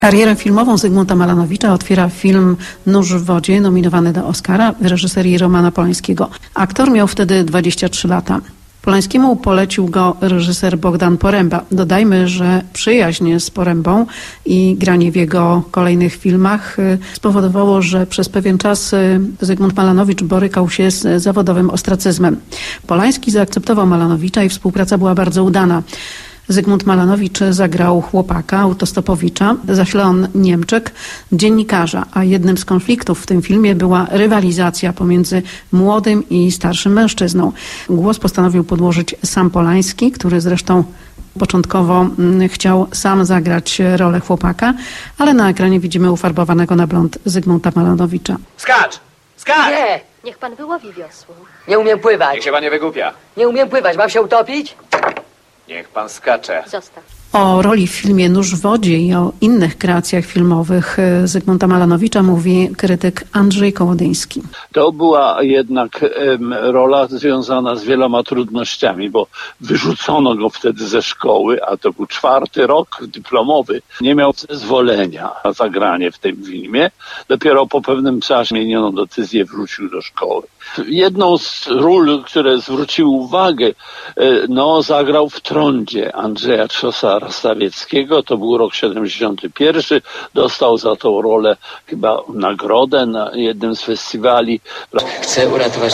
Karierę filmową Zygmunta Malanowicza otwiera film Nóż w wodzie, nominowany do Oscara w reżyserii Romana Polańskiego. Aktor miał wtedy 23 lata. Polańskiemu polecił go reżyser Bogdan Poręba. Dodajmy, że przyjaźń z Porębą i granie w jego kolejnych filmach spowodowało, że przez pewien czas Zygmunt Malanowicz borykał się z zawodowym ostracyzmem. Polański zaakceptował Malanowicza i współpraca była bardzo udana. Zygmunt Malanowicz zagrał chłopaka, autostopowicza, zaś Leon Niemczek dziennikarza, a jednym z konfliktów w tym filmie była rywalizacja pomiędzy młodym i starszym mężczyzną. Głos postanowił podłożyć sam Polański, który zresztą początkowo chciał sam zagrać rolę chłopaka, ale na ekranie widzimy ufarbowanego na blond Zygmunta Malanowicza. Skacz! Skacz! Nie! Niech pan wyłowi wiosło. Nie umiem pływać. Niech się pan nie wygłupia. Nie umiem pływać, mam się utopić? Niech pan skacze. Zostaw. O roli w filmie Nóż w wodzie i o innych kreacjach filmowych Zygmunta Malanowicza mówi krytyk Andrzej Kołodyński. To była jednak rola związana z wieloma trudnościami, bo wyrzucono go wtedy ze szkoły, a to był 4. rok dyplomowy. Nie miał zezwolenia na zagranie w tym filmie. Dopiero po pewnym czasie zmieniono decyzję, wrócił do szkoły. Jedną z ról, które zwróciły uwagę, zagrał w Trądzie Andrzeja Trzosa-Rastawieckiego. To był rok 71. Dostał za tą rolę chyba nagrodę na jednym z festiwali. Chcę uratować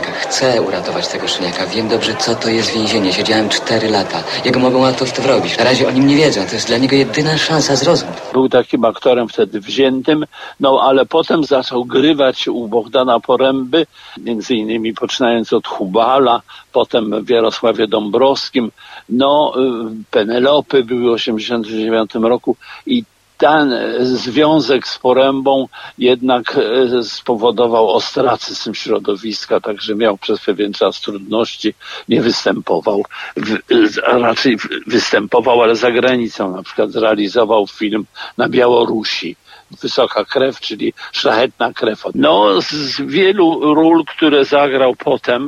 tego szczeniaka. Wiem dobrze, co to jest więzienie. Siedziałem 4 lata. Jego mogą łatwo w to wrobić. Na razie o nim nie wiedzą. To jest dla niego jedyna szansa zrozumieć. Był takim aktorem wtedy wziętym, ale potem zaczął grywać u Bogdana Poręby, między innymi poczynając od Hubala, potem w Jarosławie Dąbrowskim, Penelopy były w 1989 roku i ten związek z Porębą jednak spowodował ostracyzm środowiska, także miał przez pewien czas trudności, nie występował. Raczej występował, ale za granicą. Na przykład zrealizował film na Białorusi. Wysoka krew, czyli szlachetna krew. Z wielu ról, które zagrał potem,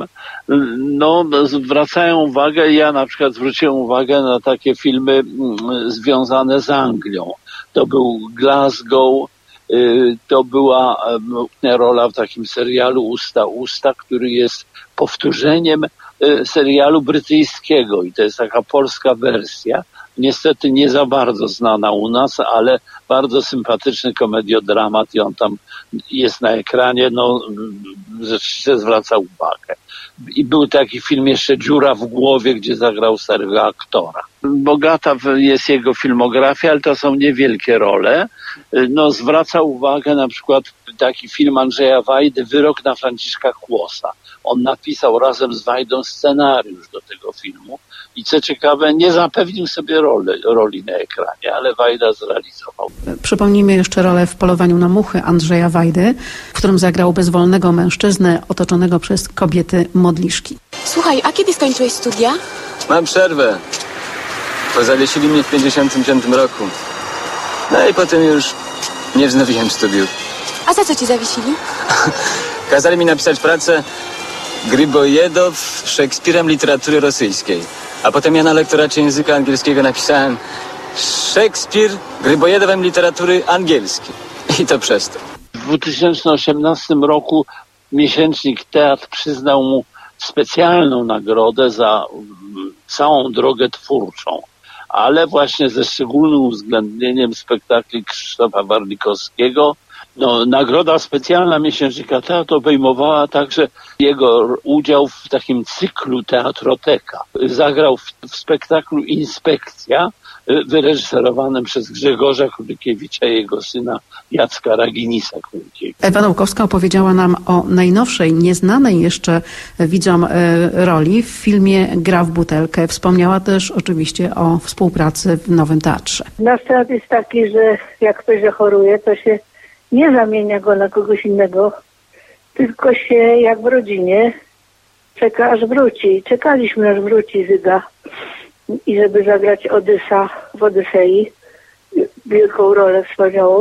zwracają uwagę, ja na przykład zwróciłem uwagę na takie filmy związane z Anglią. To był Glasgow, to była rola w takim serialu Usta, który jest powtórzeniem serialu brytyjskiego i to jest taka polska wersja. Niestety nie za bardzo znana u nas, ale bardzo sympatyczny komediodramat i on tam jest na ekranie, rzeczywiście zwraca uwagę. I był taki film jeszcze Dziura w głowie, gdzie zagrał starego aktora. Bogata jest jego filmografia, ale to są niewielkie role. Zwraca uwagę na przykład taki film Andrzeja Wajdy, Wyrok na Franciszka Kłosa. On napisał razem z Wajdą scenariusz do tego filmu i co ciekawe, nie zapewnił sobie roli na ekranie, ale Wajda zrealizował. Przypomnijmy jeszcze rolę w Polowaniu na muchy Andrzeja Wajdy, w którym zagrał bezwolnego mężczyznę otoczonego przez kobiety modliszki. Słuchaj, a kiedy skończyłeś studia? Mam przerwę. Bo zawiesili mnie w 1955 roku. I potem już nie wznowiłem studiów. A za co cię zawiesili? Kazali mi napisać pracę Grybojedow Szekspirem literatury rosyjskiej. A potem ja na lektoracie języka angielskiego napisałem Szekspir Grybojedowem literatury angielskiej. I to przez to. W 2018 roku miesięcznik Teatr przyznał mu specjalną nagrodę za całą drogę twórczą, ale właśnie ze szczególnym uwzględnieniem spektakli Krzysztofa Warlikowskiego. Nagroda specjalna miesięcznika Teatr obejmowała także jego udział w takim cyklu Teatroteka. Zagrał w spektaklu Inspekcja, wyreżyserowanym przez Grzegorza Kurykiewicza i jego syna Jacka Raginisa-Kurykiewicza. Ewa Nałkowska opowiedziała nam o najnowszej, nieznanej jeszcze widzom roli w filmie Gra w butelkę. Wspomniała też oczywiście o współpracy w Nowym Teatrze. Nasz teatr jest taki, że jak ktoś zachoruje, to się nie zamienia go na kogoś innego, tylko się jak w rodzinie czeka aż wróci. Czekaliśmy aż wróci Zyga i żeby zagrać Odysa w Odysei, wielką rolę wspaniałą,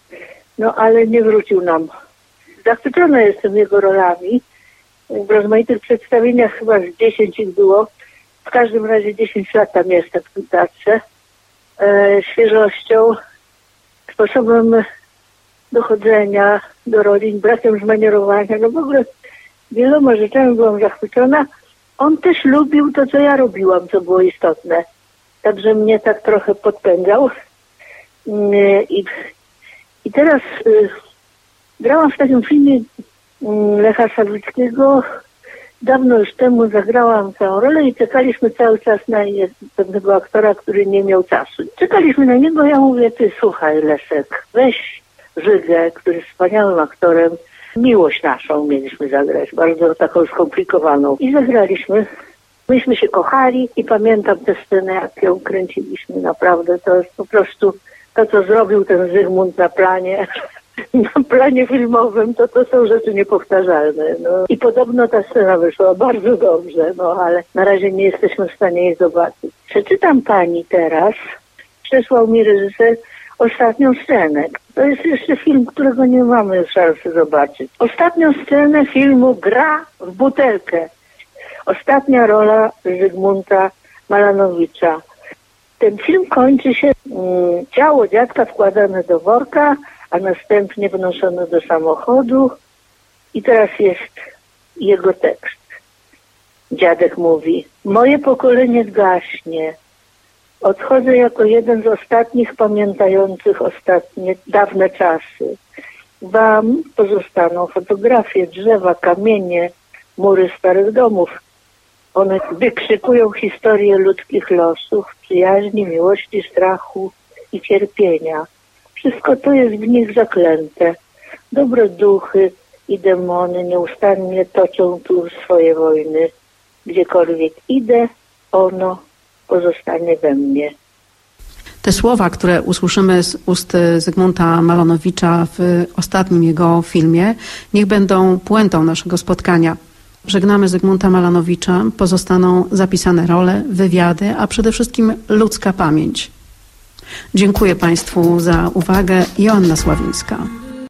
ale nie wrócił nam. Zachwycona jestem jego rolami. W rozmaitych przedstawieniach chyba z 10 ich było. W każdym razie 10 lat tam jestem w tym teatrze. Świeżością, sposobem dochodzenia do roli, brakiem zmanierowania, no w ogóle wieloma rzeczami byłam zachwycona. On też lubił to, co ja robiłam, co było istotne. Także mnie tak trochę podpędzał. I teraz grałam w takim filmie Lecha Sawickiego. Dawno już temu zagrałam całą rolę i czekaliśmy cały czas na pewnego aktora, który nie miał czasu. Czekaliśmy na niego, ja mówię, ty słuchaj Leszek, weź Żygę, który jest wspaniałym aktorem. Miłość naszą mieliśmy zagrać, bardzo taką skomplikowaną. I zagraliśmy. Myśmy się kochali i pamiętam tę scenę, jak ją kręciliśmy. Naprawdę to jest po prostu to, co zrobił ten Zygmunt na planie filmowym, to są rzeczy niepowtarzalne. No. I podobno ta scena wyszła bardzo dobrze, no ale na razie nie jesteśmy w stanie jej zobaczyć. Przeczytam pani teraz, przesłał mi reżyser ostatnią scenę. To jest jeszcze film, którego nie mamy szansy zobaczyć. Ostatnią scenę filmu Gra w butelkę. Ostatnia rola Zygmunta Malanowicza. Ten film kończy się ciało dziadka wkładane do worka, a następnie wnoszone do samochodu. I teraz jest jego tekst. Dziadek mówi: moje pokolenie gaśnie. Odchodzę jako jeden z ostatnich pamiętających ostatnie, dawne czasy. Wam pozostaną fotografie, drzewa, kamienie, mury starych domów. One wykrzykują historię ludzkich losów, przyjaźni, miłości, strachu i cierpienia. Wszystko to jest w nich zaklęte. Dobre duchy i demony nieustannie toczą tu swoje wojny. Gdziekolwiek idę, ono pozostanie we mnie. Te słowa, które usłyszymy z ust Zygmunta Malanowicza w ostatnim jego filmie, niech będą puentą naszego spotkania. Żegnamy Zygmunta Malanowicza, pozostaną zapisane role, wywiady, a przede wszystkim ludzka pamięć. Dziękuję Państwu za uwagę. Joanna Sławińska.